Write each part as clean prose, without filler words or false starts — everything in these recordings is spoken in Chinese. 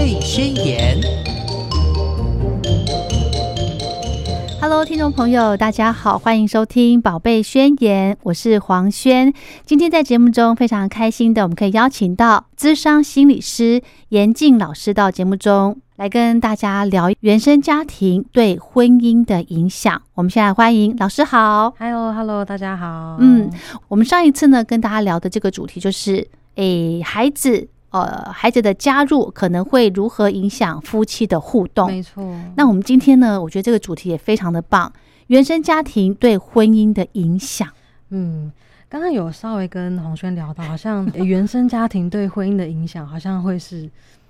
贝宣言》。 Hello， 听众朋友，大家好，欢迎收听《宝贝宣言》，我是黄轩。今天在节目中非常开心的，我们可以邀请到諮商心理师严静老师到节目中来跟大家聊原生家庭对婚姻的影响。我们现在欢迎老师好。 Hello， 大家好。 我们上一次呢跟大家聊的这个主题就是孩子的加入可能会如何影响夫妻的互动。 没错。 那我们今天呢，我觉得这个主题也非常的棒，原生家庭对婚姻的影响。 刚刚有稍微跟洪轩聊到，好像原生家庭对婚姻的影响好像会是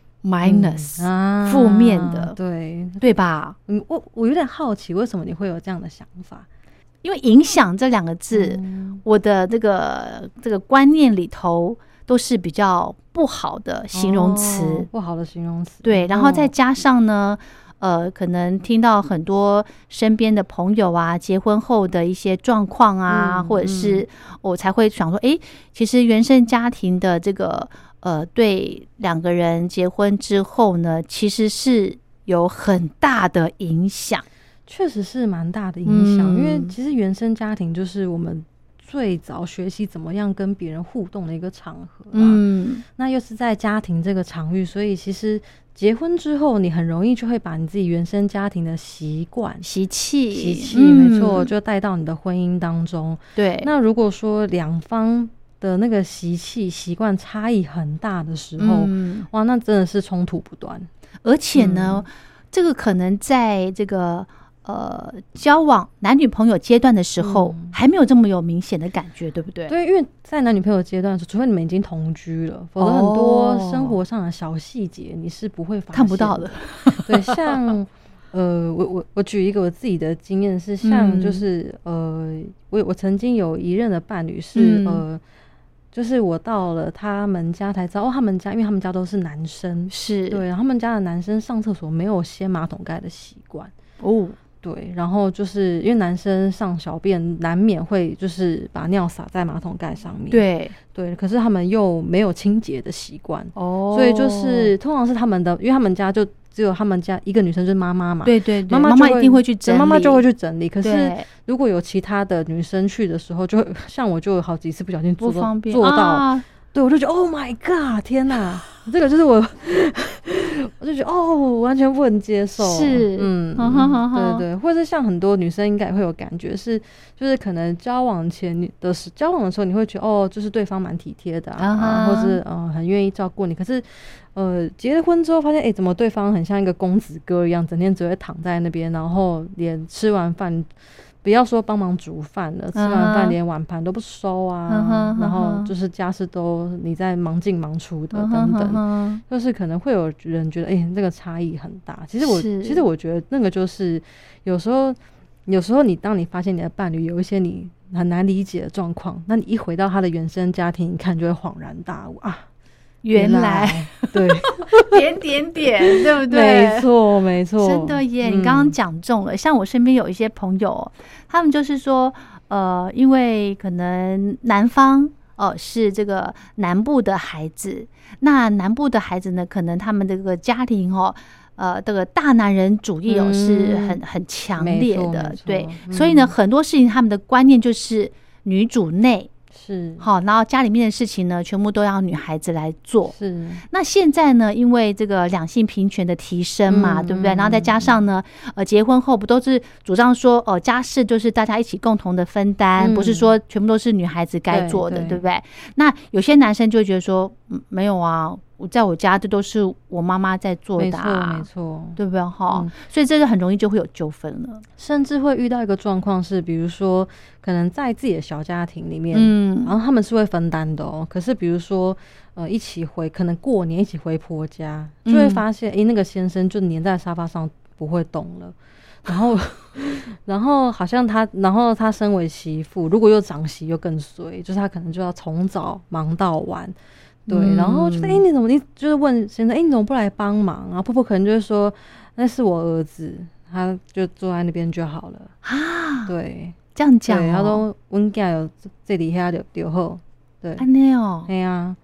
minus 负面的，对吧？ 我有点好奇，为什么你会有这样的想法？ 因为影响这两个字，我的这个观念里头都是比较不好的形容词， 不好的形容词。 对，然后再加上呢，可能听到很多身边的朋友啊，结婚后的一些状况啊，或者是我才会想说，其实原生家庭的这个对两个人结婚之后呢，其实是有很大的影响。 确实是蛮大的影响，因为其实原生家庭就是我们最早学习怎么样跟别人互动的一个场合那又是在家庭这个场域，所以其实结婚之后你很容易就会把你自己原生家庭的习惯习气没错，就带到你的婚姻当中。 对， 那如果说两方的那个习惯差异很大的时候哇，那真的是冲突不断。 而且呢这个可能在这个交往男女朋友阶段的时候还没有这么有明显的感觉，对不对？ 对，因为在男女朋友阶段的时候，除非你们已经同居了，否则很多生活上的小细节你是不会发现看不到的。 对，像我举一个我自己的经验是，像就是我曾经有一任的伴侣是就是我到了他们家才知道他们家因为他们家都是男生， 是对， 然后他们家的男生上厕所没有掀马桶盖的习惯对，然后就是因为男生上小便难免会就是把尿洒在马桶盖上面，对，可是他们又没有清洁的习惯所以就是通常是他们的，因为他们家就只有他们家一个女生就是妈妈嘛， 对， 妈妈一定会去整理， 妈妈就会去整理。可是如果有其他的女生去的时候，就会像我就有好几次不小心做到对，我就觉得 Oh my God， 天哪，这个就是我就觉得我完全不能接受。 是， 对，或者是像很多女生应该也会有感觉是，就是可能交往的时候，你会觉得就是对方蛮体贴的或是很愿意照顾你。可是结了婚之后发现，怎么对方很像一个公子哥一样，整天只会躺在那边，然后连吃完饭。不要说帮忙煮饭了，吃完饭连碗盘都不收然后就是家事都你在忙进忙出的等等就是可能会有人觉得这个差异很大。其实我觉得那个就是有时候当你发现你的伴侣有一些你很难理解的状况，那你一回到他的原生家庭，你看就会恍然大悟原来对点对不对？ 没错， 真的耶！你刚刚讲中了。像我身边有一些朋友，他们就是说因为可能男方是这个南部的孩子，那南部的孩子呢，可能他们这个家庭这个大男人主义是很强烈的，对，所以呢很多事情他们的观念就是女主内是好，然后家里面的事情呢，全部都要女孩子来做。 是， 那现在呢，因为这个两性平权的提升嘛，对不对？然后再加上呢，结婚后不都是主张说，家事就是大家一起共同的分担，不是说全部都是女孩子该做的，对不对？那有些男生就会觉得说，没有啊。在我家这都是我妈妈在做的没错， 对不对所以这就很容易就会有纠纷了， 甚至会遇到一个状况是，比如说可能在自己的小家庭里面然后他们是会分担的可是比如说一起可能过年一起回婆家就会发现那个先生就黏在沙发上不会动了，然后好像他身为媳妇，如果又长媳又更衰，就是他可能就要从早忙到晚，对，然后就是你怎么就是问先生你怎么不来帮忙啊？婆婆可能就会说那是我儿子，他就坐在那边就好了对， 这样讲对，他说我们家有这里下就好，对， 安内对啊，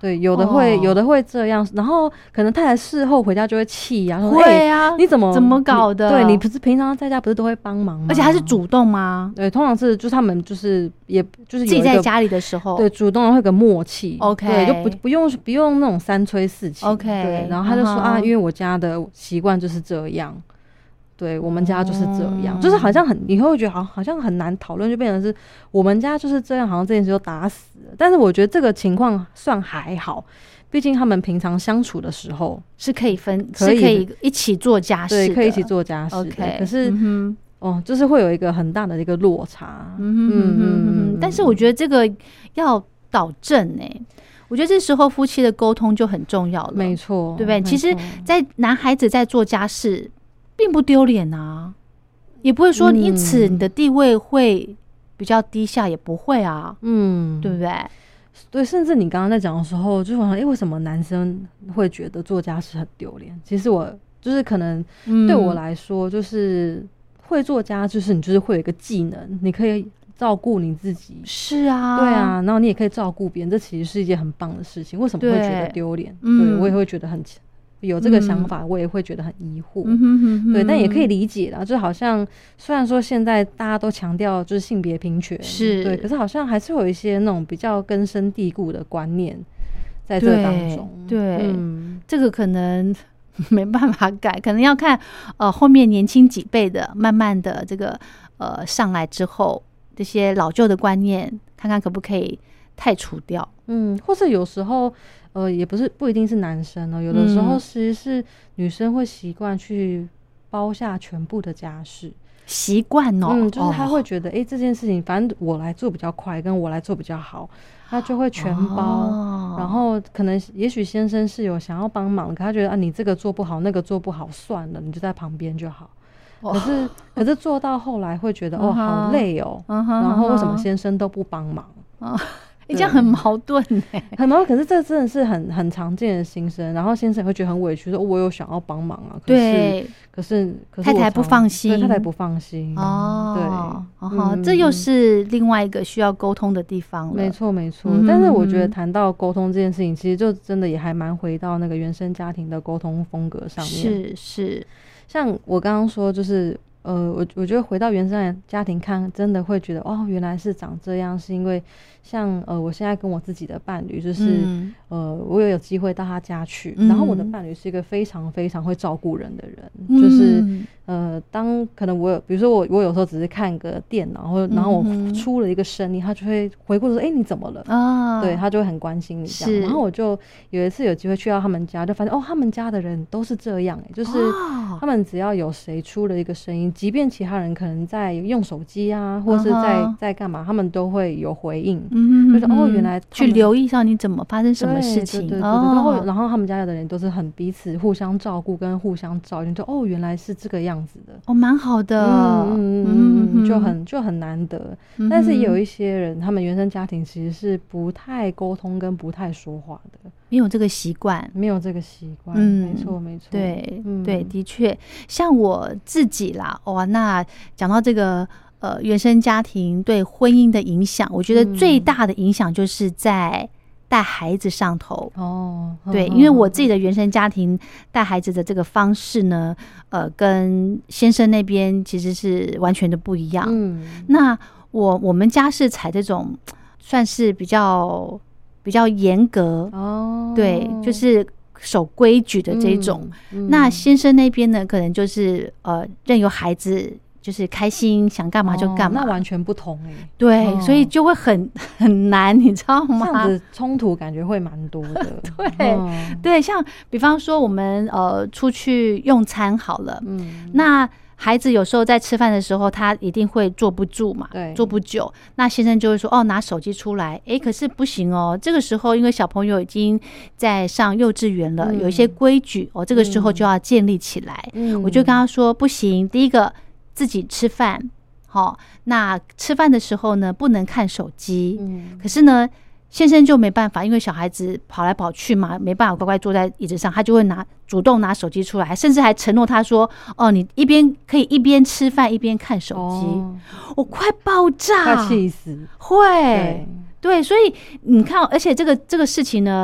对，有的会这样，然后可能太太事后回家就会气呀，说会啊， 你怎么搞的？ 对，你不是平常在家不是都会帮忙吗？ 而且还是主动吗？ 对，通常是就是他们就是也就是自己在家里的时候， 对，主动会有个默契 ，OK， 对，就不用那种三催四请 ，OK， 对，然后他就说啊，因为我家的习惯就是这样。对，我们家就是这样，就是好像你会觉得好像很难讨论，就变成是我们家就是这样，好像这件事就打死了。但是我觉得这个情况算还好，毕竟他们平常相处的时候是可以是可以一起做家事的， 对，可以一起做家事的。 Okay， 可是就是会有一个很大的一个落差。 但是我觉得这个要导正我觉得这时候夫妻的沟通就很重要了， 没错， 对不对？其实，在男孩子在做家事。并不丢脸啊，也不会说因此你的地位会比较低下，也不会啊，对不对？ 对，甚至你刚刚在讲的时候，就想，为什么男生会觉得做家事很丢脸？其实我就是可能对我来说，就是会做家，就是你就是会有一个技能，你可以照顾你自己， 是啊， 对啊，然后你也可以照顾别人，这其实是一件很棒的事情。为什么会觉得丢脸？对我也会觉得有这个想法，我也会觉得很疑惑，对，但也可以理解啦。就好像虽然说现在大家都强调就是性别平权， 是对，可是好像还是有一些那种比较根深蒂固的观念在这当中。 对，这个可能没办法改，可能要看后面年轻几辈的，慢慢的这个上来之后，这些老旧的观念，看看可不可以汰除掉。 或是有时候。也不一定是男生有的时候其实是女生会习惯去包下全部的家事， 习惯就是他会觉得这件事情反正我来做比较快，跟我来做比较好，他就会全包。然后可能也许先生是有想要帮忙，可他觉得你这个做不好，那个做不好，算了，你就在旁边就好。可是做到后来会觉得好累然后为什么先生都不帮忙？ 这样很矛盾很矛盾。可是这真的是很常见的心声，然后先生也会觉得很委屈，说我有想要帮忙啊，可是太太不放心， 对，太太不放心对，这又是另外一个需要沟通的地方了。 没错没错，但是我觉得谈到沟通这件事情，其实就真的也还蛮回到那个原生家庭的沟通风格上面。 是， 像我刚刚说，就是我觉得回到原生家庭看，真的会觉得原来是长这样，是因为像我现在跟我自己的伴侣，就是我也有机会到他家去，然后我的伴侣是一个非常非常会照顾人的人，就是当可能比如说我有时候只是看个电脑，然后我出了一个声音，他就会回过头说你怎么了对，他就会很关心你这样。然后我就有一次有机会去到他们家，就发现他们家的人都是这样就是他们只要有谁出了一个声音，即便其他人可能在用手机啊，或是在干嘛，他们都会有回应，就是原来去留意上你怎么发生什么事情。 然后他们家的人都是很彼此互相照顾跟互相照应，就原来是这个样子的蛮好的， 就很难得。但是也有一些人，他们原生家庭其实是不太沟通跟不太说话的， 没有这个习惯， 没错没错， 对，的确，像我自己啦，那讲到这个原生家庭对婚姻的影响，我觉得最大的影响就是在带孩子上头对，因为我自己的原生家庭带孩子的这个方式呢，跟先生那边其实是完全的不一样。那我们家是采这种算是比较严格对，就是守规矩的这种。那先生那边呢，可能就是任由孩子就是开心想干嘛就干嘛， 那完全不同对，所以就会很难，你知道吗？ 这样子冲突感觉会蛮多的。 对，像比方说我们出去用餐好了，那孩子有时候在吃饭的时候，他一定会坐不住嘛，坐不久。那先生就会说拿手机出来，可是不行这个时候因为小朋友已经在上幼稚园了，有一些规矩这个时候就要建立起来。我就跟他说不行，第一个自己吃饭那吃饭的时候呢不能看手机可是呢先生就没办法，因为小孩子跑来跑去嘛，没办法乖乖坐在椅子上，他就会主动拿手机出来，甚至还承诺他说你可以一边吃饭一边看手机我快爆炸， 快气死， 会对，所以你看而且这个事情呢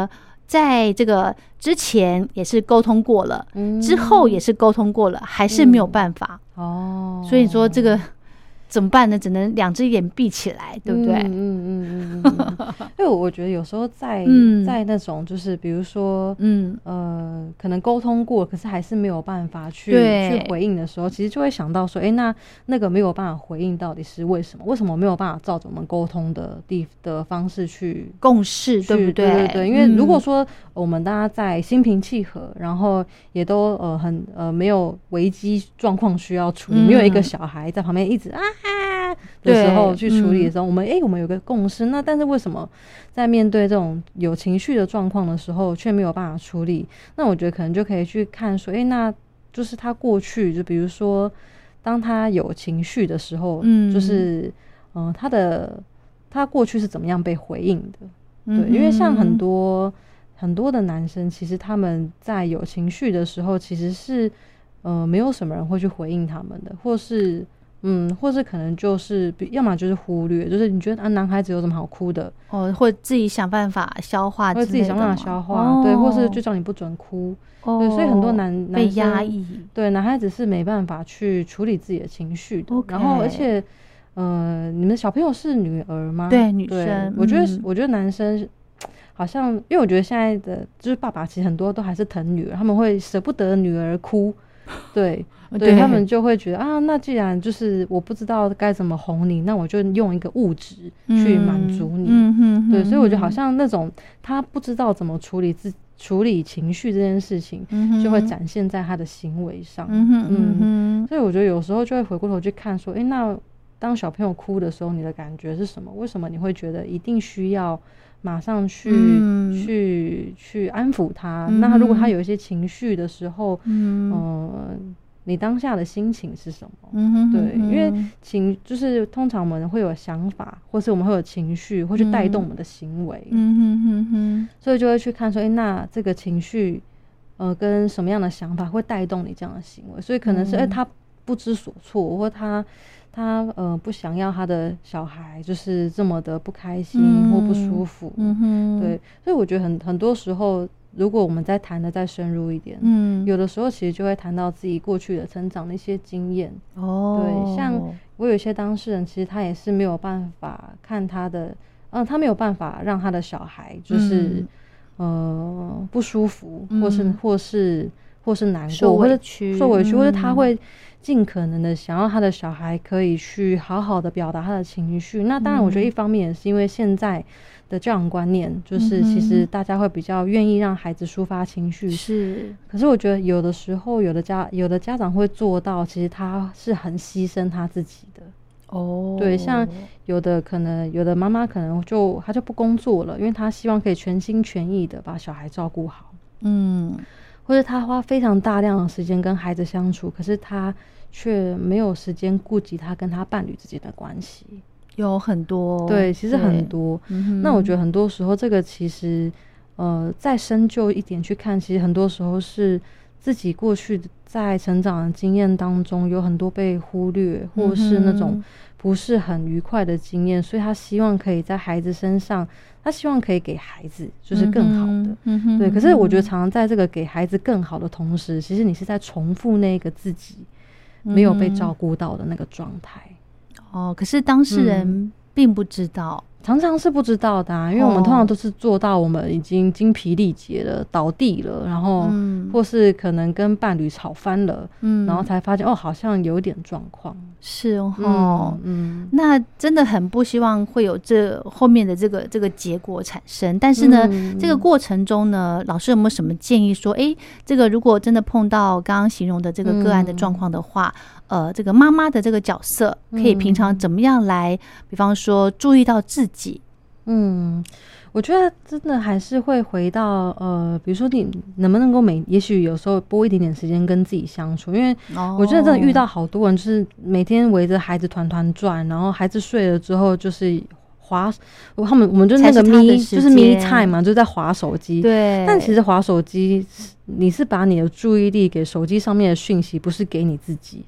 在这个之前也是沟通过了，之后也是沟通过了，还是没有办法所以你说这个怎么办呢？只能两只眼闭起来，对不对？ 因为我觉得有时候在那种就是比如说可能沟通过，可是还是没有办法去回应的时候，其实就会想到说，那个没有办法回应到底是为什么？为什么没有办法照着我们沟通的方式去共识，对不对？ 对，因为如果说我们大家在心平气和，然后也都没有危机状况需要处理，没有一个小孩在旁边一直的时候去处理的时候，我们有个共识。那但是为什么在面对这种有情绪的状况的时候却没有办法处理？那我觉得可能就可以去看说，那就是他过去，就比如说当他有情绪的时候，就是他过去是怎么样被回应的？对，因为像很多的男生，其实他们在有情绪的时候，其实是没有什么人会去回应他们的，或是可能就是要么就是忽略，就是你觉得男孩子有什么好哭的或者自己想办法消化之类的， 或者自己想办法消化，对，或是就叫你不准哭，对，所以很多男生被压抑， 对，男孩子是没办法去处理自己的情绪的。然后而且你们小朋友是女儿吗？ 对，女生。 我觉得男生好像，因为我觉得现在的就是爸爸其实很多都还是疼女儿，他们会舍不得女儿哭，对他们就会觉得那既然就是我不知道该怎么哄你，那我就用一个物质去满足你，对，所以我觉得好像那种他不知道怎么处理情绪这件事情，就会展现在他的行为上，所以我觉得有时候就会回过头去看说，那当小朋友哭的时候，你的感觉是什么？为什么你会觉得一定需要马上去安抚他？那如果他有一些情绪的时候，你当下的心情是什么？对，因为就是通常我们会有想法，或是我们会有情绪，会去带动我们的行为。所以就会去看说，那这个情绪，跟什么样的想法会带动你这样的行为？所以可能是，他不知所措，或他不想要他的小孩就是这么的不开心或不舒服。对，所以我觉得很多时候，如果我们再谈的再深入一点，有的时候其实就会谈到自己过去的成长的一些经验。对，像我有一些当事人，其实他也是没有办法看他的，他没有办法让他的小孩就是不舒服，或是难过， 受委屈， 或者他会尽可能的想要他的小孩可以去好好的表达他的情绪。那当然我觉得一方面也是因为现在的教养观念，就是其实大家会比较愿意让孩子抒发情绪， 是。 可是我觉得有的时候有的家长会做到，其实他是很牺牲他自己的。对，像有的妈妈可能她就不工作了，因为她希望可以全心全意的把小孩照顾好。或者他花非常大量的时间跟孩子相处，可是他却没有时间顾及他跟他伴侣之间的关系。 有很多， 对，其实很多。那我觉得很多时候这个其实再深究一点去看，其实很多时候是自己过去在成长的经验当中有很多被忽略，或是那种不是很愉快的经验，所以他希望可以在孩子身上，他希望可以给孩子就是更好的。对，可是我觉得常常在这个给孩子更好的同时，其实你是在重复那个自己没有被照顾到的那个状态。 可是当事人并不知道， 常常是不知道的因为我们通常都是做到我们已经精疲力竭了，倒地了，然后或是可能跟伴侣吵翻了，然后才发现好像有点状况。 是那真的很不希望会有这后面的这个结果产生。但是呢，这个过程中呢，老师有没有什么建议说，这个如果真的碰到刚刚形容的这个个案的状况的话，这个妈妈的这个角色可以平常怎么样来，比方说注意到自己？ 我觉得真的还是会回到比如说你能不能够也许有时候拨一点点时间跟自己相处，因为我觉得真的遇到好多人就是每天围着孩子团团转，然后孩子睡了之后就是我们就那个就是 me time 嘛，就在滑手机。 对， 但其实滑手机你是把你的注意力给手机上面的讯息，不是给你自己。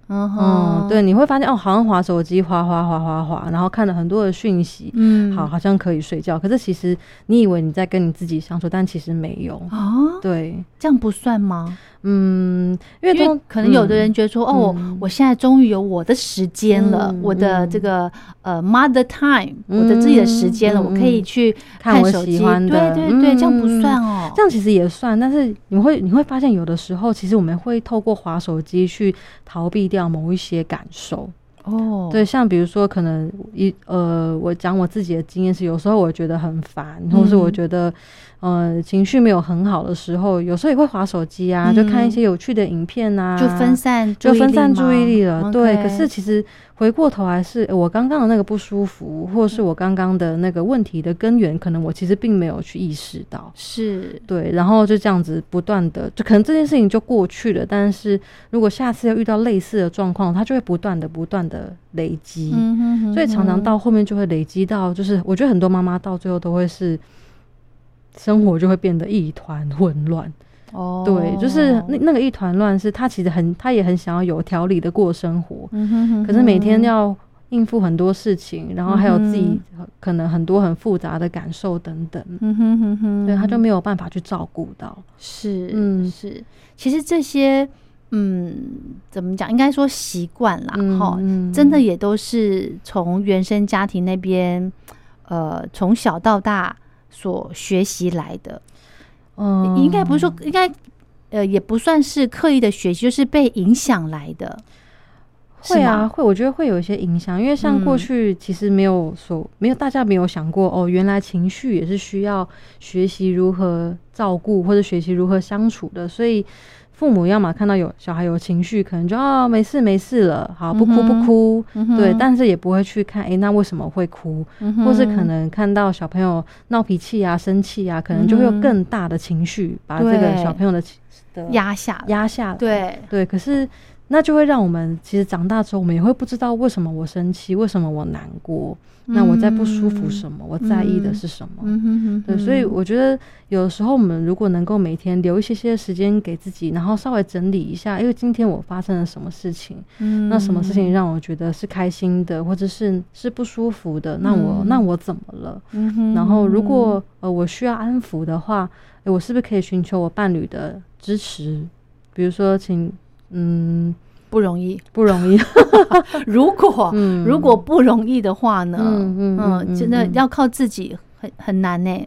对，你会发现好像滑手机滑，然后看了很多的讯息，好像可以睡觉，可是其实你以为你在跟你自己相处，但其实没有对， 这样不算吗？ 因为可能有的人觉得说，我现在终于有我的时间了，我的这个mother time，我的自己的时间了，我可以去看手机，对，这样不算这样其实也算，但是你会发现有的时候，其实我们会透过滑手机去逃避掉某一些感受。对，像比如说可能我讲我自己的经验是，有时候我觉得很烦，或是我觉得情绪没有很好的时候，有时候也会滑手机啊，就看一些有趣的影片啊， 就分散注意力了。对，可是其实回过头来是我刚刚的那个不舒服，或是我刚刚的那个问题的根源，可能我其实并没有去意识到。 是，对， 然后就这样子不断的，就可能这件事情就过去了，但是如果下次要遇到类似的状况，它就会不断的累积，所以常常到后面就会累积到，就是我觉得很多妈妈到最后都会是生活就会变得一团混乱。对，就是那个一团乱是他其实他也很想要有条理的过生活，可是每天要应付很多事情，然后还有自己可能很多很复杂的感受等等，对，他就没有办法去照顾到。 是，其实这些怎么讲？应该说习惯啦，真的也都是从原生家庭那边，从小到大所学习来的。应该不是说，也不算是刻意的学习，就是被影响来的。 会啊，我觉得会有一些影响，因为像过去其实大家没有想过原来情绪也是需要学习如何照顾或者学习如何相处的，所以父母要么看到有小孩有情绪，可能就没事了，好，不哭，对，但是也不会去看那为什么会哭，或是可能看到小朋友闹脾气啊、生气啊，可能就会有更大的情绪把这个小朋友的压下来， 对，可是那就会让我们其实长大之后，我们也会不知道为什么我生气，为什么我难过，那我在不舒服什么，我在意的是什么。对，所以我觉得有时候我们如果能够每天留一些时间给自己，然后稍微整理一下，因为今天我发生了什么事情，那什么事情让我觉得是开心的，或者是不舒服的，那我怎么了？然后如果我需要安抚的话，我是不是可以寻求我伴侣的支持？比如说不容易如果不容易的话呢，真的要靠自己很难呢。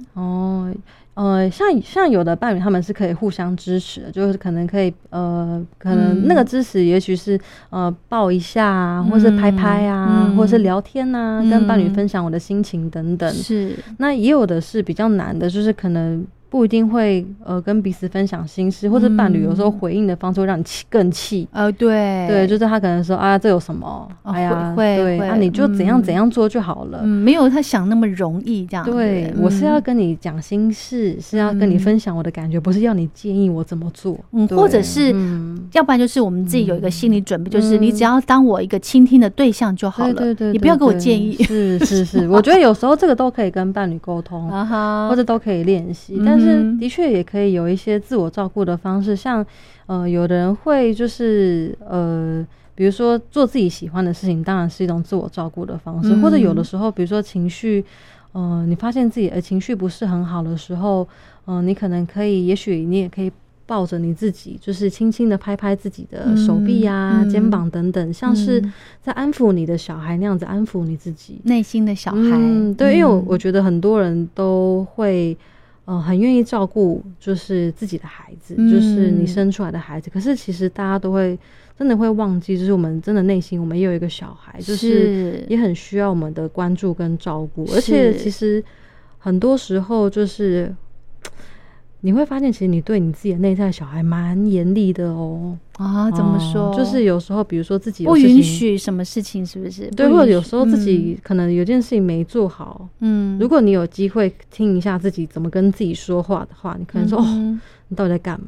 像有的伴侣他们是可以互相支持的，就是可能可以可能那个支持也许是抱一下啊，或是拍拍啊，或是聊天啊，跟伴侣分享我的心情等等。 是， 那也有的是比较难的，就是可能不一定会跟彼此分享心事，或者伴侣有时候回应的方式会让你更气。对，就是他可能说这有什么？对，你就怎样做就好了。 没有他想那么容易这样。 对，我是要跟你讲心事，是要跟你分享我的感觉，不是要你建议我怎么做。 或者是要不然就是我们自己有一个心理准备，就是你只要当我一个倾听的对象就好了。对，你不要给我建议。 是，我觉得有时候这个都可以跟伴侣沟通，或者都可以练习，但是的确也可以有一些自我照顾的方式，像有的人会就是比如说做自己喜欢的事情，当然是一种自我照顾的方式，或者有的时候比如说情绪你发现自己情绪不是很好的时候，你可能可以，也许你也可以抱着你自己，就是轻轻的拍拍自己的手臂啊、肩膀等等，像是在安抚你的小孩那样子安抚你自己内心的小孩。 对，因为我觉得很多人都会很愿意照顾就是自己的孩子，就是你生出来的孩子，可是其实大家都会真的会忘记，就是我们真的内心我们也有一个小孩，就是也很需要我们的关注跟照顾，而且其实很多时候就是你会发现其实你对你自己的内在小孩蛮严厉的怎么说？ 就是有时候比如说自己不允许什么事情，是不是？ 对，或者有时候自己可能有件事情没做好，如果你有机会听一下自己怎么跟自己说话的话，你可能说你到底在干嘛？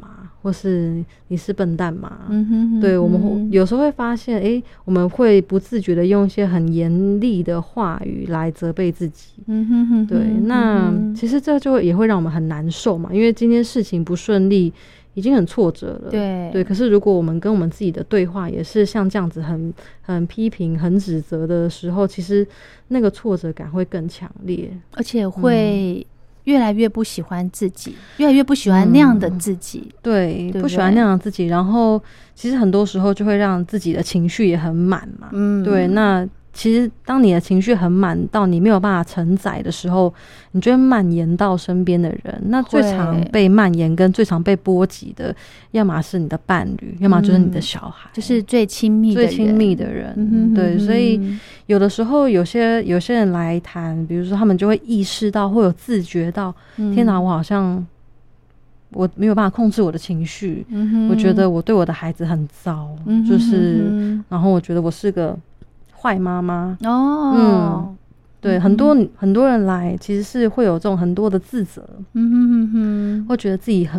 或是你是笨蛋吗？对，我们有时候会发现，我们会不自觉的用一些很严厉的话语来责备自己。对，那其实这就也会让我们很难受嘛，因为今天事情不顺利，已经很挫折了。对，可是如果我们跟我们自己的对话也是像这样子很批评、很指责的时候，其实那个挫折感会更强烈， 而且会越来越不喜欢自己，越来越不喜欢那样的自己。 对，不喜欢那样的自己，然后其实很多时候就会让自己的情绪也很满嘛。对，那其实当你的情绪很满到你没有办法承载的时候，你就会蔓延到身边的人。那最常被蔓延跟最常被波及的，要么是你的伴侣，要么就是你的小孩， 就是最亲密的人。 对，所以有的时候有些人来谈，比如说他们就会意识到，会有自觉到，天哪，我好像我没有办法控制我的情绪，我觉得我对我的孩子很糟，就是然后我觉得我是个坏妈妈。对，很多人来其实是会有这种很多的自责，会觉得自己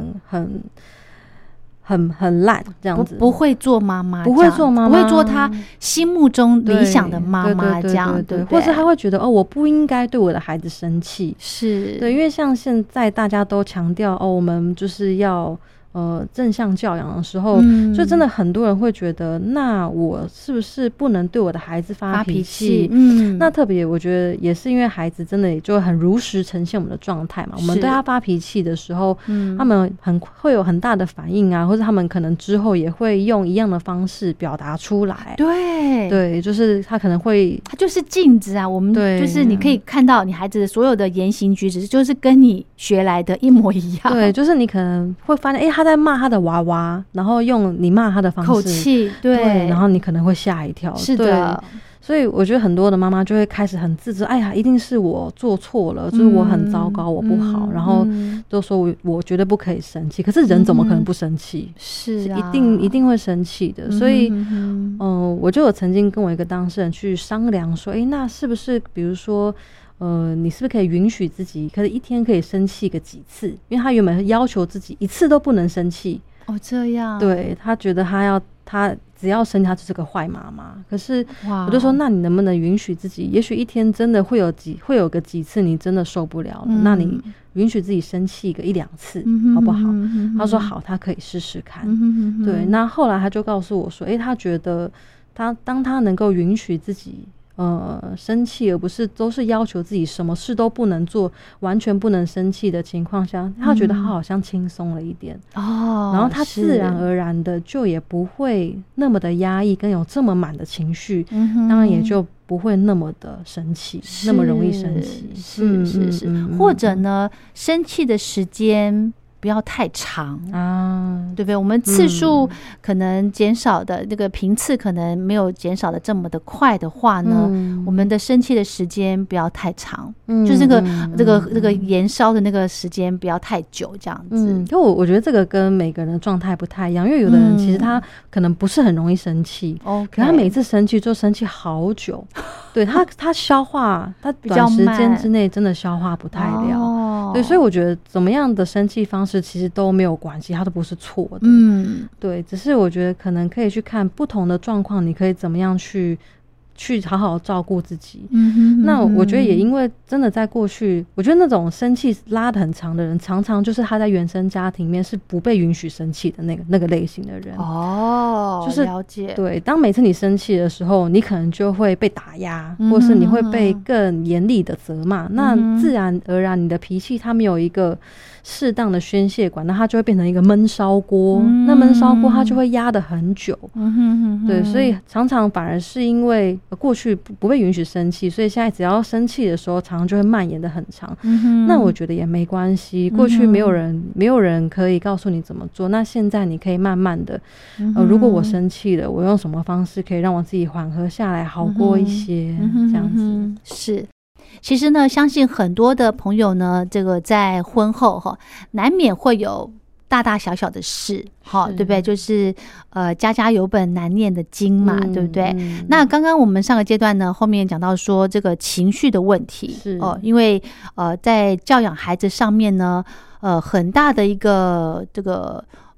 很烂这样子， 不会做妈妈， 不会做妈妈， 不会做他心目中理想的妈妈这样，对， 或者他会觉得我不应该对我的孩子生气， 是对，因为像现在大家都强调我们就是要正向教养的时候，就真的很多人会觉得，那我是不是不能对我的孩子发脾气？那特别我觉得也是因为孩子真的也就很如实呈现我们的状态嘛。我们对他发脾气的时候，他们会有很大的反应啊，或者他们可能之后也会用一样的方式表达出来。对，就是他可能会， 他就是镜子啊。我们就是你可以看到你孩子的所有的言行举止，就是跟你学来的一模一样。 对，就是你可能会发现，他在骂他的娃娃，然后用你骂他的方式口气，对， 然后你可能会吓一跳。 是的， 所以我觉得很多的妈妈就会开始很自责，哎呀，一定是我做错了，就是我很糟糕，我不好，然后就说我绝对不可以生气。可是人怎么可能不生气？ 是啊， 一定会生气的。所以，我就有曾经跟我一个当事人去商量说，那是不是比如说，你是不是可以允许自己，可是一天可以生气个几次？因为他原本要求自己一次都不能生气。 这样。 对，他觉得他只要生气，他就是个坏妈妈。可是我就说，那你能不能允许自己？也许一天真的会有个几次你真的受不了了，那你允许自己生气个1-2次，好不好？他说好，他可以试试看。对，那后来他就告诉我说，他觉得当他能够允许自己生气，而不是都是要求自己什么事都不能做，完全不能生气的情况下，他觉得他好像轻松了一点然后他自然而然的就也不会那么的压抑，跟有这么满的情绪，当然也就不会那么的生气，那么容易生气。 是，或者呢，生气的时间不要太长对不对？我们次数可能减少的那个频次可能没有减少的这么的快的话呢，我们的生气的时间不要太长，就是这个燃烧的那个时间不要太久，这样子。 就我觉得这个跟每个人的状态不太一样，因为有的人其实他可能不是很容易生气，可他每次生气就生气好久，对他消化，他短时间之内真的消化不太了。对，所以我觉得怎么样的生气方式其实都没有关系，它都不是错的。对，只是我觉得可能可以去看不同的状况，你可以怎么样去好好照顾自己。那我觉得也因为真的在过去，我觉得那种生气拉得很长的人，常常就是他在原生家庭里面是不被允许生气的那个类型的人。 就是了解。 对，当每次你生气的时候，你可能就会被打压，或是你会被更严厉的责骂。那自然而然，你的脾气它没有一个适当的宣泄管，那它就会变成一个闷烧锅。那闷烧锅它就会压得很久。对，所以常常反而是因为过去不被允许生气，所以现在只要生气的时候，常常就会蔓延得很长。那我觉得也没关系，过去没有人可以告诉你怎么做。那现在你可以慢慢的，如果我生气了，我用什么方式可以让我自己缓和下来，好过一些，这样子。 是。其实呢，相信很多的朋友呢，这个在婚后难免会有大大小小的事，对不对？就是家家有本难念的经嘛，对不对？那刚刚我们上个阶段呢，后面讲到说这个情绪的问题，因为在教养孩子上面呢，很大的一个这个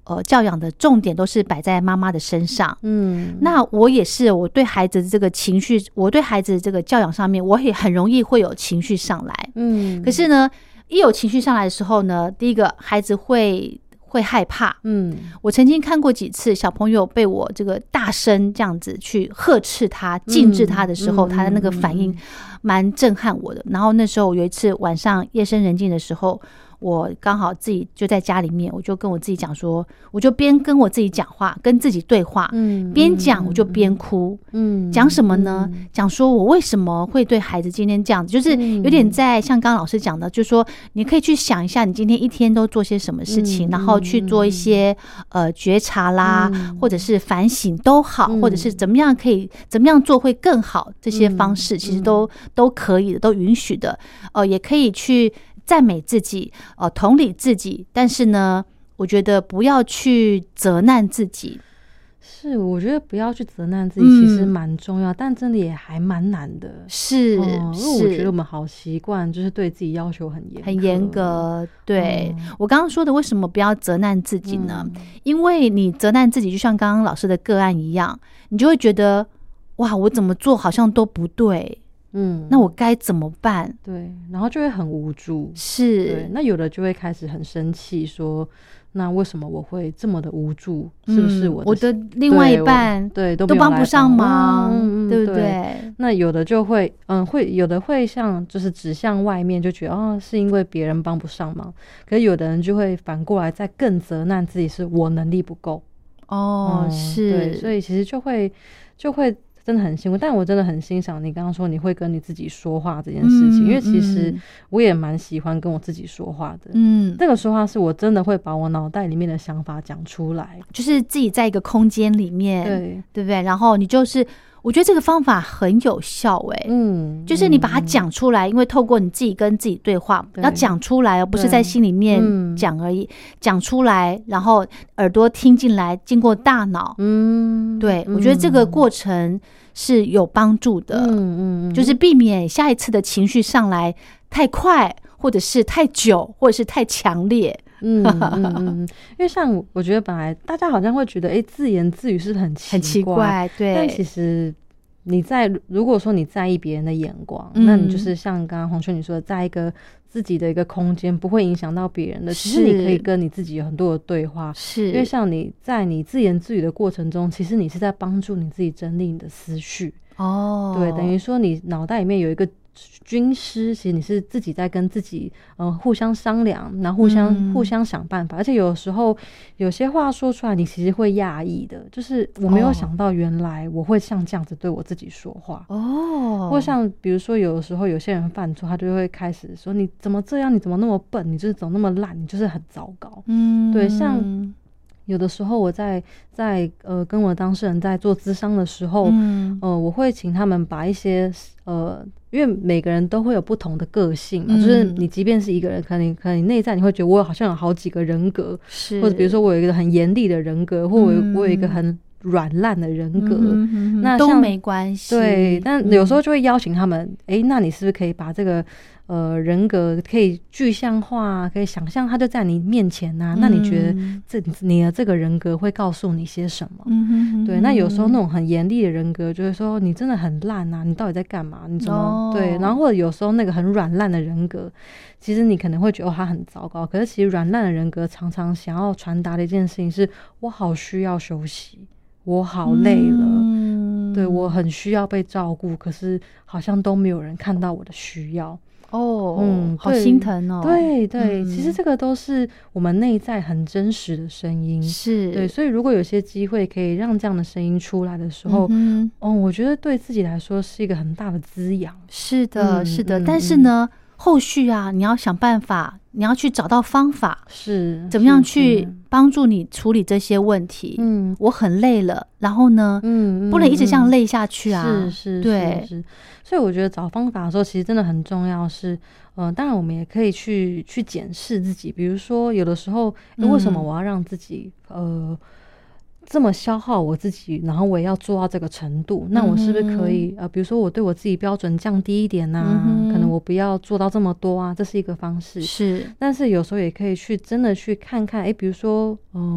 教养的重点都是摆在妈妈的身上。那我也是，我对孩子的这个情绪，我对孩子的这个教养上面，我也很容易会有情绪上来。可是呢，一有情绪上来的时候呢，第一个孩子会害怕。我曾经看过几次小朋友被我这个大声这样子去呵斥他、禁止他的时候，他的那个反应蛮震撼我的。然后那时候有一次晚上夜深人静的时候，我刚好自己就在家里面，我就跟我自己讲说，我就边跟我自己讲话，跟自己对话，边讲我就边哭。讲什么呢？讲说我为什么会对孩子今天这样子，就是有点在像刚刚老师讲的，就是说你可以去想一下你今天一天都做些什么事情，然后去做一些觉察啦，或者是反省都好，或者是怎么样做会更好，这些方式其实都可以的，都允许的。也可以去赞美自己，同理自己，但是呢，我觉得不要去责难自己。 是，我觉得不要去责难自己，其实蛮重要，但真的也还蛮难的。 是，因为我觉得我们好习惯，就是对自己要求很严格。 对，我刚刚说的，为什么不要责难自己呢？因为你责难自己，就像刚刚老师的个案一样，你就会觉得，哇，我怎么做好像都不对。那我该怎么办？ 对，然后就会很无助。 是， 对，那有的就会开始很生气，说那为什么我会这么的无助？是不是我的另外一半都帮不上忙，对不对？ 那有的就会有的会像就是指向外面，就觉得是因为别人帮不上忙。可是有的人就会反过来再更责难自己，是我能力不够。 是， 对，所以其实就会真的很辛苦，但我真的很欣赏你刚刚说你会跟你自己说话这件事情，因为其实我也蛮喜欢跟我自己说话的。这个说话是我真的会把我脑袋里面的想法讲出来， 就是自己在一个空间里面，对不对？然后你就是我觉得这个方法很有效就是你把它讲出来，因为透过你自己跟自己对话，要讲出来，而不是在心里面讲而已，讲出来，然后耳朵听进来，经过大脑，对，我觉得这个过程是有帮助的，就是避免下一次的情绪上来太快，或者是太久，或者是太强烈。 因为像我觉得本来大家好像会觉得自言自语是很奇怪， 对， 但其实如果说你在意别人的眼光，那你就是像刚刚黄轩你说的，在一个自己的一个空间，不会影响到别人的，其实你可以跟你自己有很多的对话， 是因为像你在你自言自语的过程中，其实你是在帮助你自己整理你的思绪。对，等于说你脑袋里面有一个军师，其实你是自己在跟自己互相商量，然后互相想办法，而且有时候有些话说出来，你其实会讶异的，就是我没有想到原来我会像这样子对我自己说话。或像比如说有的时候有些人犯错，他就会开始说你怎么这样，你怎么那么笨，你就是怎么那么烂，你就是很糟糕。对，像有的时候我在跟我当事人在做咨商的时候，我会请他们把一些因为每个人都会有不同的个性嘛，就是你即便是一个人，可能你内在你会觉得我好像有好几个人格，或者比如说我有一个很严厉的人格，或我有一个很软烂的人格，那都没关系。 对，但有时候就会邀请他们，那你是不是可以把这个人格可以具象化，可以想象他就在你面前啊，那你觉得你的这个人格会告诉你些什么？对，那有时候那种很严厉的人格就会说你真的很烂啊，你到底在干嘛？你怎么对？然后或者有时候那个很软烂的人格，其实你可能会觉得他很糟糕，可是其实软烂的人格常常想要传达的一件事情是，我好需要休息，我好累了，对，我很需要被照顾，可是好像都没有人看到我的需要。 好心疼哦。 对，其实这个都是我们内在很真实的声音， 是对，所以如果有些机会可以让这样的声音出来的时候，我觉得对自己来说是一个很大的滋养。 是的，是的，但是呢，后续啊，你要想办法，你要去找到方法， 是怎么样去帮助你处理这些问题。我很累了，然后呢，不能一直这样累下去啊。 是， 对， 所以我觉得找方法的时候，其实真的很重要是。当然我们也可以去检视自己，比如说有的时候为什么我要让自己这么消耗我自己，然后我也要做到这个程度，那我是不是可以比如说我对我自己标准降低一点啊，可能我不要做到这么多啊，这是一个方式。 是， 但是有时候也可以去真的去看看，比如说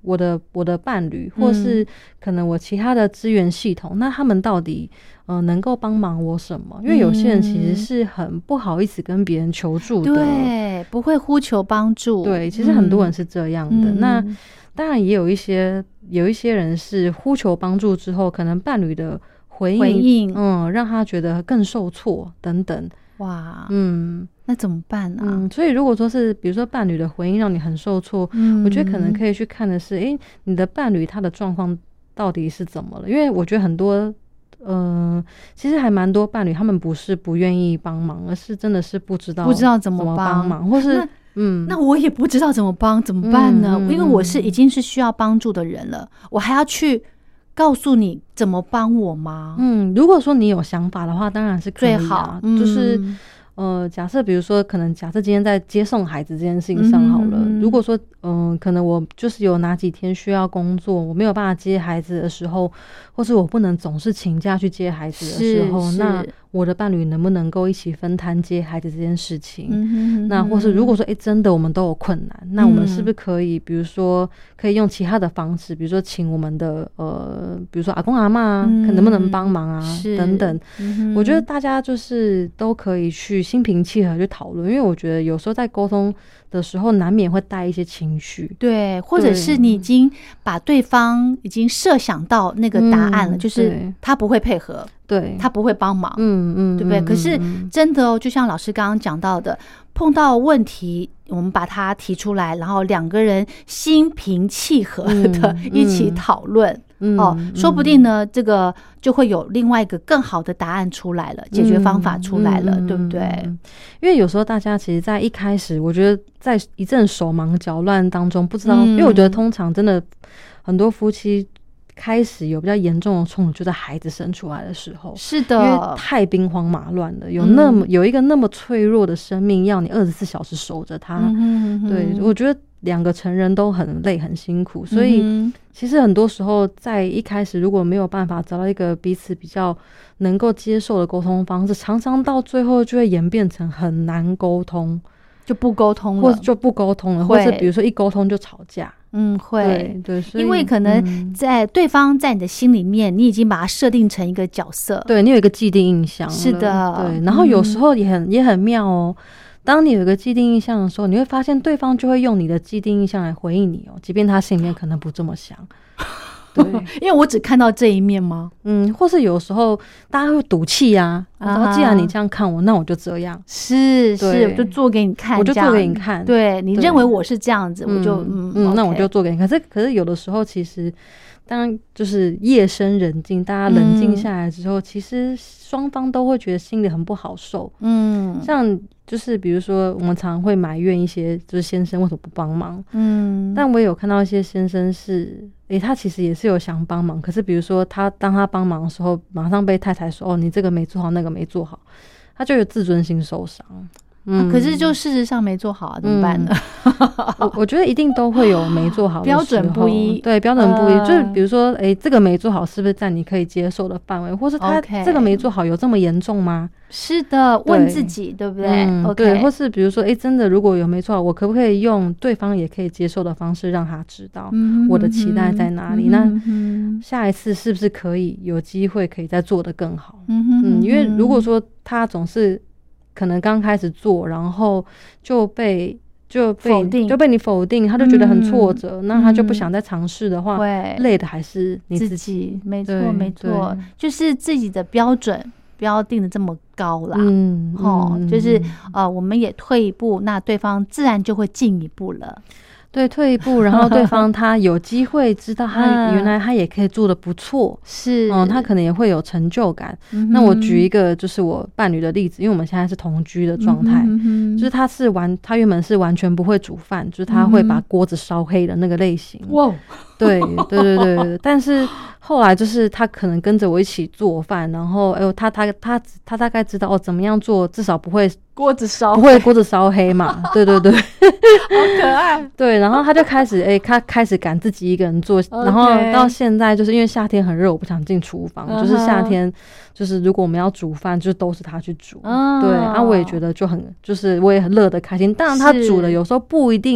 我的伴侣，或是可能我其他的资源系统，那他们到底能够帮忙我什么？因为有些人其实是很不好意思跟别人求助的， 对，不会呼求帮助。 对，其实很多人是这样的。那当然也有一些人是呼求帮助之后，可能伴侣的回应让他觉得更受挫等等。 哇，那怎么办呢？ 所以如果说是比如说伴侣的回应让你很受挫，我觉得可能可以去看的是，你的伴侣他的状况到底是怎么了？因为我觉得很多其实还蛮多伴侣他们不是不愿意帮忙，而是真的是不知道怎么帮忙，或是那我也不知道怎么帮，怎么办呢？因为我已经是需要帮助的人了，我还要去告诉你怎么帮我吗？ 如果说你有想法的话，当然是可以最好， 就是假设比如说可能假设今天在接送孩子这件事情上好了，如果说可能我就是有哪几天需要工作，我没有办法接孩子的时候，或是我不能总是请假去接孩子的时候，那我的伴侣能不能够一起分摊接孩子这件事情？那或是如果说真的我们都有困难，那我们是不是可以比如说可以用其他的方式，比如说请我们的比如说阿公阿嬷看能不能帮忙啊等等。我觉得大家就是都可以去心平气和去讨论，因为我觉得有时候在沟通的时候难免会带一些情绪， 对，或者是你已经把对方已经设想到那个答案了，就是他不会配合， 对， 他不会帮忙，对不对？可是真的就像老师刚刚讲到的，碰到问题我们把它提出来，然后两个人心平气和的一起讨论，说不定呢这个就会有另外一个更好的答案出来了，解决方法出来了，对不对？ 因为有时候大家其实在一开始我觉得在一阵手忙脚乱当中不知道，因为我觉得通常真的很多夫妻开始有比较严重的冲突就在孩子生出来的时候， 是的， 因为太兵荒马乱了，有一个那么脆弱的生命要你24小时守着他，对，我觉得两个成人都很累很辛苦，所以其实很多时候在一开始如果没有办法找到一个彼此比较能够接受的沟通方式，常常到最后就会演变成很难沟通， 就不沟通了， 或者就不沟通了，或者比如说一沟通就吵架。 会， 对， 因为可能在对方在你的心里面，你已经把它设定成一个角色， 对，你有一个既定印象了， 是的， 对。然后有时候也很妙哦，当你有一个既定印象的时候，你会发现对方就会用你的既定印象来回应你哦，即便他心里面可能不这么想。对， 因为我只看到这一面吗？ 或是有时候大家会赌气啊，然后既然你这样看我，那我就这样， 是，我就做给你看， 我就做给你看， 对，你认为我是这样子，我就那我就做给你看。可是有的时候其实当就是夜深人静，大家冷静下来之后，其实双方都会觉得心里很不好受。像就是比如说我们常常会埋怨一些就是先生为什么不帮忙，但我也有看到一些先生是他其实也是有想帮忙，可是比如说当他帮忙的时候，马上被太太说你这个没做好那个没做好，他就有自尊心受伤。 可是就事实上没做好啊，怎么办呢？ 我觉得一定都会有没做好的时候， 标准不一， 对，标准不一，就是比如说这个没做好是不是在你可以接受的范围，或是他这个没做好有这么严重吗？ 是的，问自己对不对？ 对，或是比如说真的如果有没做好，我可不可以用对方也可以接受的方式让他知道我的期待在哪里，那下一次是不是可以有机会可以再做得更好？因为如果说他总是可能刚开始做，然后就被你否定，他就觉得很挫折，那他就不想再尝试的话，累的还是你自己。 没错没错，就是自己的标准不要定的这么高啦，就是我们也退一步，那对方自然就会进一步了。 对，退一步，然后对方他有机会知道他原来他也可以做得不错， 是， 他可能也会有成就感。那我举一个就是我伴侣的例子，因为我们现在是同居的状态，就是他原本是完全不会煮饭，就是他会把锅子烧黑的那个类型。哇，对，但是后来就是他可能跟着我一起做饭，然后他大概知道怎么样做，至少不会锅子烧黑嘛。对，好可爱。 对，然后他就开始他开始敢自己一个人做，然后到现在就是因为夏天很热，我不想进厨房，就是夏天就是如果我们要煮饭，就都是他去煮。对，我也觉得就是我也很乐得开心。当然他煮的有时候不一定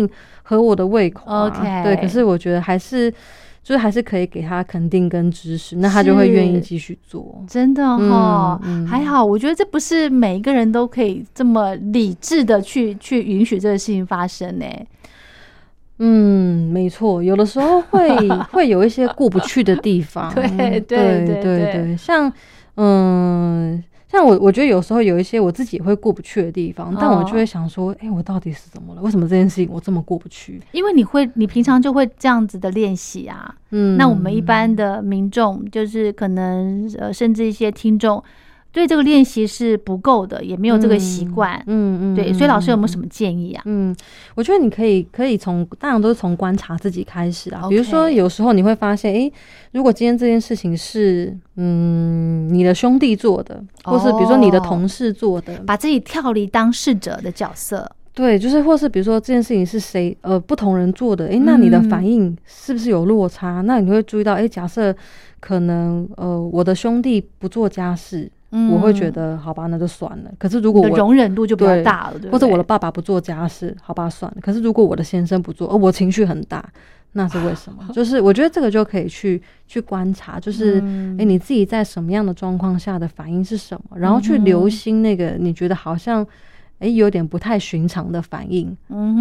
合我的胃口啊。 OK 对，可是我觉得还是可以给他肯定跟支持，那他就会愿意继续做。 真的齁，还好，我觉得这不是每一个人都可以这么理智的去允许这个事情发生呢。 没错，有的时候会有一些过不去的地方。对，像我觉得有时候有一些我自己也会过不去的地方，但我就会想说，我到底是怎么了？为什么这件事情我这么过不去？ 因为你平常就会这样子的练习啊。那我们一般的民众，就是可能甚至一些听众，对这个练习是不够的，也没有这个习惯。对，所以老师有没有什么建议啊？ 我觉得你可以当然都是从观察自己开始啊。比如说有时候你会发现，如果今天这件事情是你的兄弟做的，或是比如说你的同事做的， 把自己跳离当事者的角色。 对，就是或是比如说这件事情是谁不同人做的，那你的反应是不是有落差？那你会注意到，假设可能我的兄弟不做家事，我会觉得好吧，那就算了。可是如果我容忍度就比较大了，对不对？ 或者我的爸爸不做家事，好吧，算了。可是如果我的先生不做，我情绪很大，那是为什么？就是我觉得这个就可以去观察，就是你自己在什么样的状况下的反应是什么，然后去留心那个你觉得好像有点不太寻常的反应。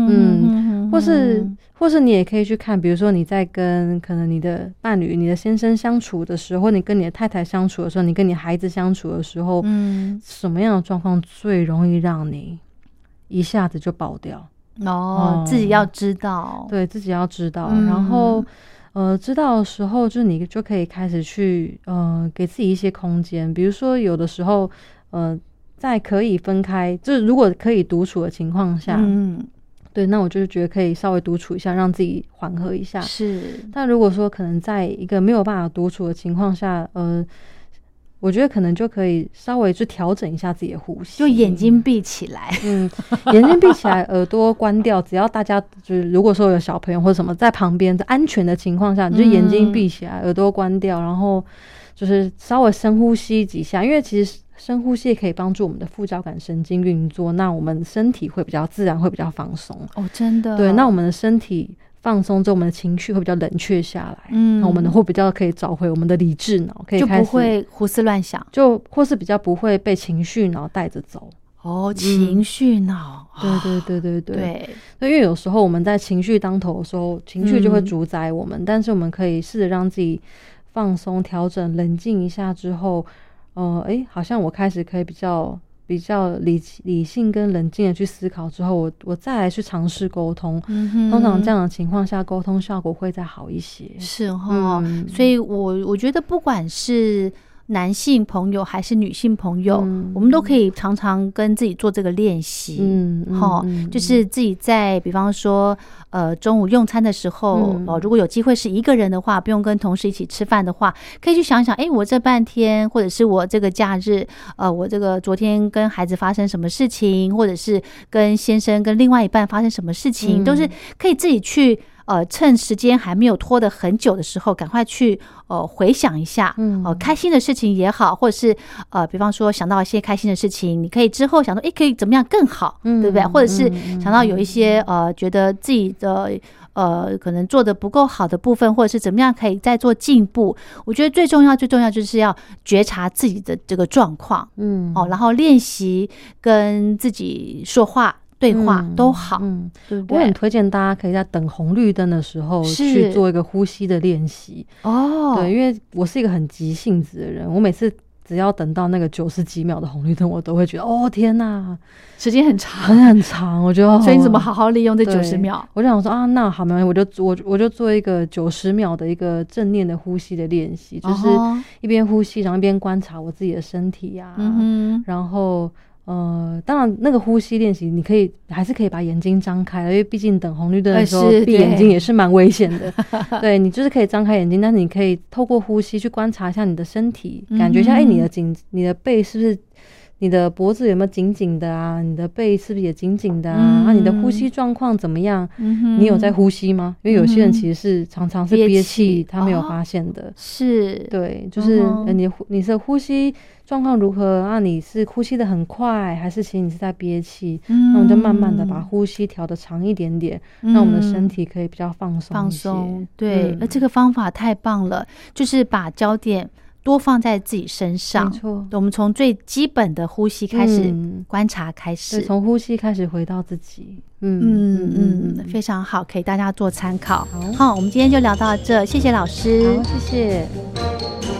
或是你也可以去看，比如说你在跟可能你的伴侣、你的先生相处的时候，或你跟你的太太相处的时候，你跟你孩子相处的时候，什么样的状况最容易让你一下子就爆掉？ 自己要知道。 对，自己要知道。然后知道的时候，就你就可以开始去给自己一些空间。比如说有的时候在可以分开，就是如果可以独处的情况下，对，那我就是觉得可以稍微独处一下，让自己缓和一下。 是， 但如果说可能在一个没有办法独处的情况下，我觉得可能就可以稍微去调整一下自己的呼吸， 就眼睛闭起来， 眼睛闭起来，耳朵关掉。只要大家就是如果说有小朋友或者什么在旁边，在安全的情况下，你就眼睛闭起来，耳朵关掉，然后就是稍微深呼吸几下，因为其实深呼吸也可以帮助我们的副交感神经运作，那我们身体会比较自然，会比较放松。 真的。 对，那我们的身体放松之后，我们的情绪会比较冷却下来，那我们会比较可以找回我们的理智脑，可以开始就不会胡思乱想， 或是比较不会被情绪脑带着走。 情绪脑， 对，因为有时候我们在情绪当头的时候，情绪就会主宰我们，但是我们可以试着让自己放松、调整、冷静一下之后，好像我开始可以比较理性跟冷静的去思考之后，我再来去尝试沟通，通常这样的情况下沟通效果会再好一些。 是所以我觉得不管是男性朋友还是女性朋友，我们都可以常常跟自己做这个练习。就是自己在比方说中午用餐的时候，如果有机会是一个人的话，不用跟同事一起吃饭的话，可以去想想，我这半天或者是我这个假日，我这个昨天跟孩子发生什么事情，或者是跟先生跟另外一半发生什么事情，都是可以自己去趁时间还没有拖得很久的时候，赶快去回想一下，开心的事情也好，或者是比方说想到一些开心的事情，你可以之后想说，可以怎么样更好，对不对？或者是想到有一些觉得自己的可能做的不够好的部分，或者是怎么样可以再做进步。我觉得最重要就是要觉察自己的这个状况，然后练习跟自己说话。对话都好，对不对？ 我很推荐大家可以在等红绿灯的时候去做一个呼吸的练习。对，因为我是一个很急性子的人，我每次只要等到那个90几秒的红绿灯，我都会觉得天哪， 时间很长很长，我觉得所以你怎么好好利用这90秒？ 我想说那好，没关系，我就做一个90秒的一个正念的呼吸的练习，就是一边呼吸，然后一边观察我自己的身体啊，然后当然那个呼吸练习你还是可以把眼睛张开了，因为毕竟等红绿灯的时候闭眼睛也是蛮危险的。对，你就是可以张开眼睛，但是你可以透过呼吸去观察一下你的身体，感觉一下你的背是不是你的脖子有没有紧紧的啊？你的背是不是也紧紧的啊？你的呼吸状况怎么样？你有在呼吸吗？因为有些人其实是常常是憋气，他没有发现的。 是， 对，就是你的呼吸状况如何啊？你是呼吸的很快，还是其实你是在憋气？那我们就慢慢的把呼吸调得长一点点，让我们的身体可以比较放松一些。 对，而这个方法太棒了，就是把焦点多放在自己身上。 没错， 我们从最基本的呼吸开始观察开始， 从呼吸开始回到自己。 非常好，可以大家做参考。好，我们今天就聊到这，谢谢老师。 好，谢谢。